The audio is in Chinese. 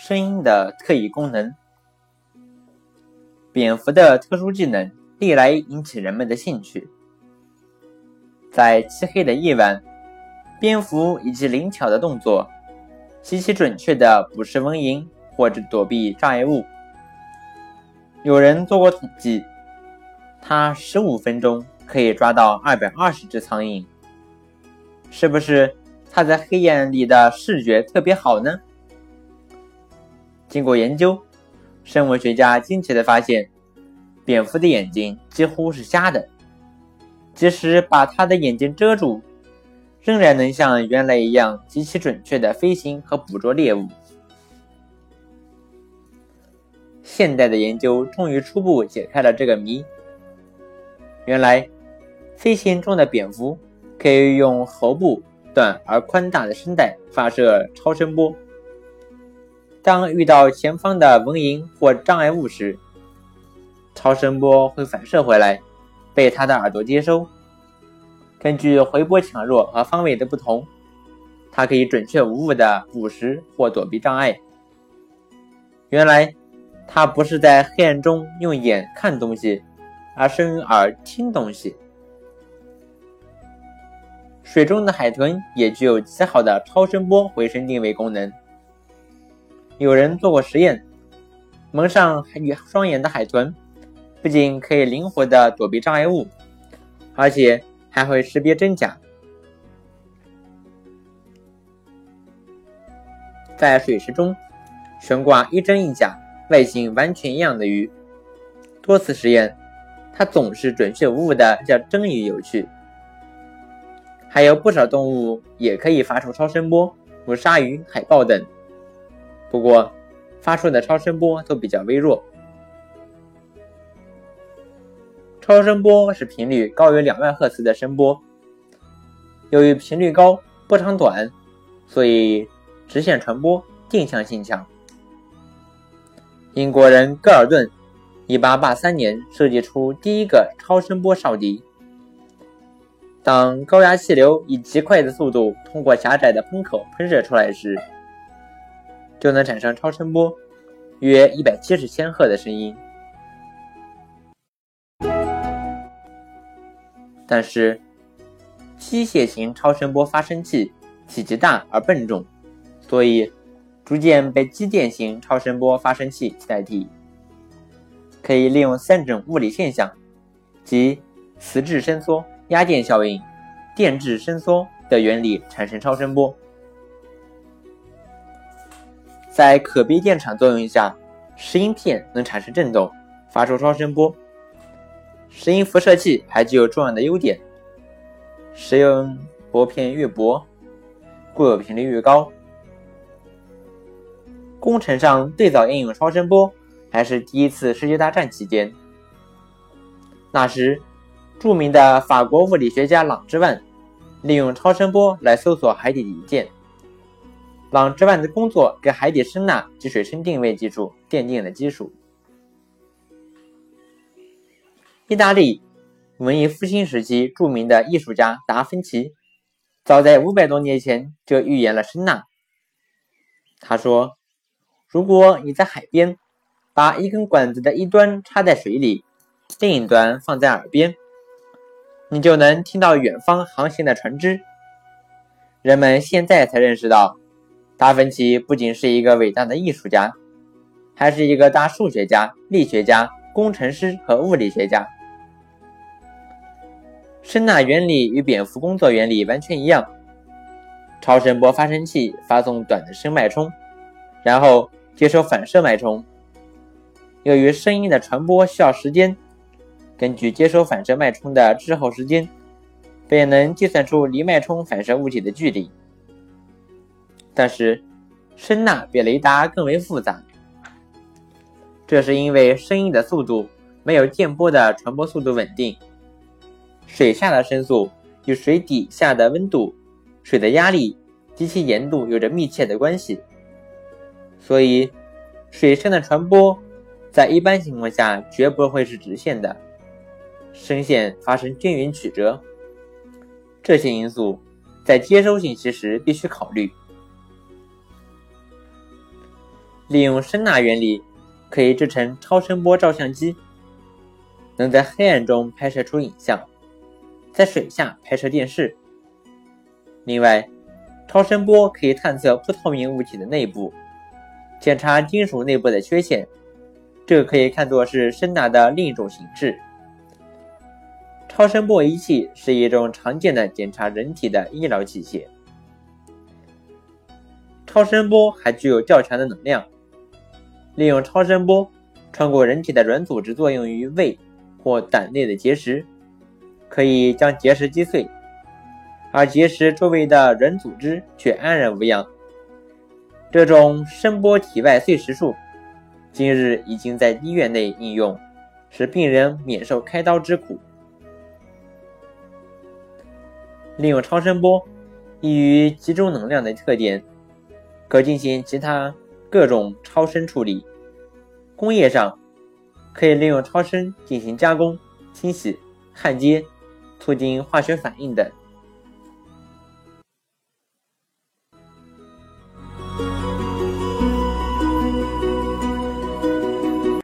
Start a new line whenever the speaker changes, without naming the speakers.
声音的特异功能。蝙蝠的特殊技能历来引起人们的兴趣。在漆黑的夜晚，蝙蝠以其灵巧的动作，极其准确地捕食蚊蝇或者躲避障碍物。有人做过统计，它15分钟可以抓到220只苍蝇。是不是它在黑暗里的视觉特别好呢？经过研究，生物学家惊奇地发现，蝙蝠的眼睛几乎是瞎的，即使把它的眼睛遮住，仍然能像原来一样极其准确地飞行和捕捉猎物。现代的研究终于初步解开了这个谜。原来，飞行中的蝙蝠可以用喉部短而宽大的声带发射超声波。当遇到前方的蚊蝇或障碍物时，超声波会反射回来，被它的耳朵接收。根据回波强弱和方位的不同，它可以准确无误地捕食或躲避障碍。原来它不是在黑暗中用眼看东西，而是用耳听东西。水中的海豚也具有极好的超声波回声定位功能。有人做过实验，蒙上双眼的海豚不仅可以灵活地躲避障碍物，而且还会识别真假。在水池中悬挂一真一假、外形完全一样的鱼，多次实验，它总是准确无误地将真鱼游去。还有不少动物也可以发出超声波，如鲨鱼、海豹等。不过，发出的超声波都比较微弱。超声波是频率高于2万赫兹的声波。由于频率高、波长短，所以直线传播定向性强。英国人戈尔顿1883年设计出第一个超声波哨笛。当高压气流以极快的速度通过狭窄的喷口喷射出来时，就能产生超声波，约170千赫的声音。但是，机械型超声波发生器体积大而笨重，所以逐渐被机电型超声波发生器代替。可以利用3种物理现象，即磁质伸缩、压电效应、电质伸缩的原理产生超声波。在可比电场作用下，石英片能产生振动，发出超声波。石英辐射器还具有重要的优点，石英薄片越薄，固有频率越高。工程上最早应用超声波还是第一次世界大战期间。那时，著名的法国物理学家朗之万利用超声波来搜索海底底件。朗之万的工作给海底声呐及水声定位技术奠定了基础。意大利文艺复兴时期著名的艺术家达芬奇，早在500多年前就预言了声呐。他说，如果你在海边把一根管子的一端插在水里，另一端放在耳边，你就能听到远方航行的船只。人们现在才认识到，达芬奇不仅是一个伟大的艺术家，还是一个大数学家、力学家、工程师和物理学家。声呐原理与蝙蝠工作原理完全一样。超声波发生器发送短的声脉冲，然后接收反射脉冲。由于声音的传播需要时间，根据接收反射脉冲的滞后时间，便能计算出离脉冲反射物体的距离。但是，声呐比雷达更为复杂，这是因为声音的速度没有电波的传播速度稳定。水下的声速与水底下的温度、水的压力及其盐度有着密切的关系，所以水声的传播在一般情况下绝不会是直线的，声线发生均匀曲折。这些因素在接收信息时必须考虑。 利用声纳原理可以制成超声波照相机，能在黑暗中拍摄出影像，在水下拍摄电视。另外，超声波可以探测不透明物体的内部，检查金属内部的缺陷，这个可以看作是声纳的另一种形式。超声波仪器是一种常见的检查人体的医疗器械。超声波还具有较强的能量，利用超声波穿过人体的软组织作用于胃或胆内的结石，可以将结石击碎，而结石周围的软组织却安然无恙。这种声波体外碎石术今日已经在医院内应用，使病人免受开刀之苦。利用超声波易于集中能量的特点，可进行其他各种超声处理。工业上可以利用超声进行加工、清洗、焊接，促进化学反应等。